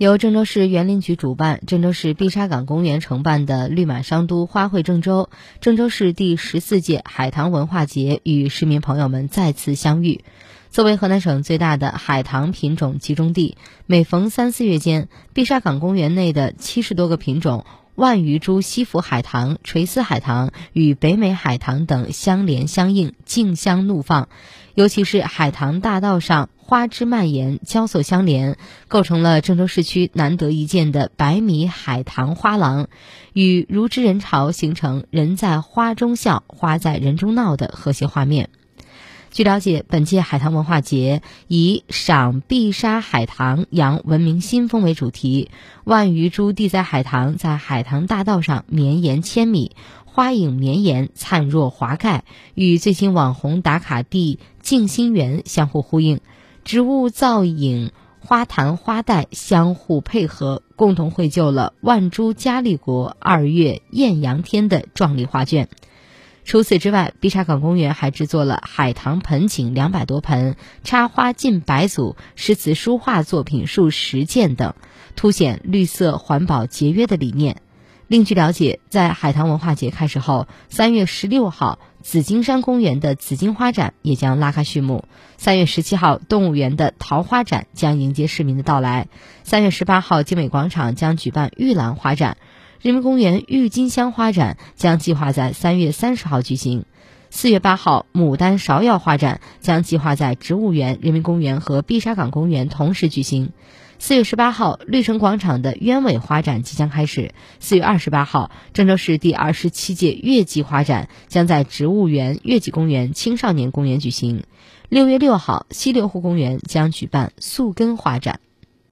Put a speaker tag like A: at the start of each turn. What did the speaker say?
A: 由郑州市园林局主办，郑州市碧沙岗公园承办的绿满商都花卉郑州，郑州市第14届海棠文化节与市民朋友们再次相遇。作为河南省最大的海棠品种集中地，每逢3、4月间，碧沙岗公园内的70多个品种万余株西府海棠、垂丝海棠与北美海棠等相连相映，竞相怒放。尤其是海棠大道上花枝蔓延，交错相连，构成了郑州市区难得一见的百米海棠花廊，与如织人潮形成人在花中笑，花在人中闹的和谐画面。据了解，本届海棠文化节以赏碧沙海棠扬文明新风为主题，万余株地栽海棠在海棠大道上绵延千米，花影绵延，灿若华盖，与最新网红打卡地静心园相互呼应，植物造影、花坛花带相互配合，共同绘就了万株佳丽国2月艳阳天的壮丽画卷。除此之外，碧沙岗公园还制作了海棠盆景200多盆，插花近100组，诗词书画作品数10件等，凸显绿色环保节约的理念。另据了解，在海棠文化节开始后，3月16号紫金山公园的紫金花展也将拉开序幕，3月17号动物园的桃花展将迎接市民的到来，3月18号精美广场将举办玉兰花展，人民公园郁金香花展将计划在3月30号举行，4月8号牡丹芍药花展将计划在植物园、人民公园和碧沙岗公园同时举行。4月18号绿城广场的鸢尾花展即将开始，4月28号郑州市第27届月季花展将在植物园、月季公园、青少年公园举行。6月6号西流湖公园将举办宿根花展。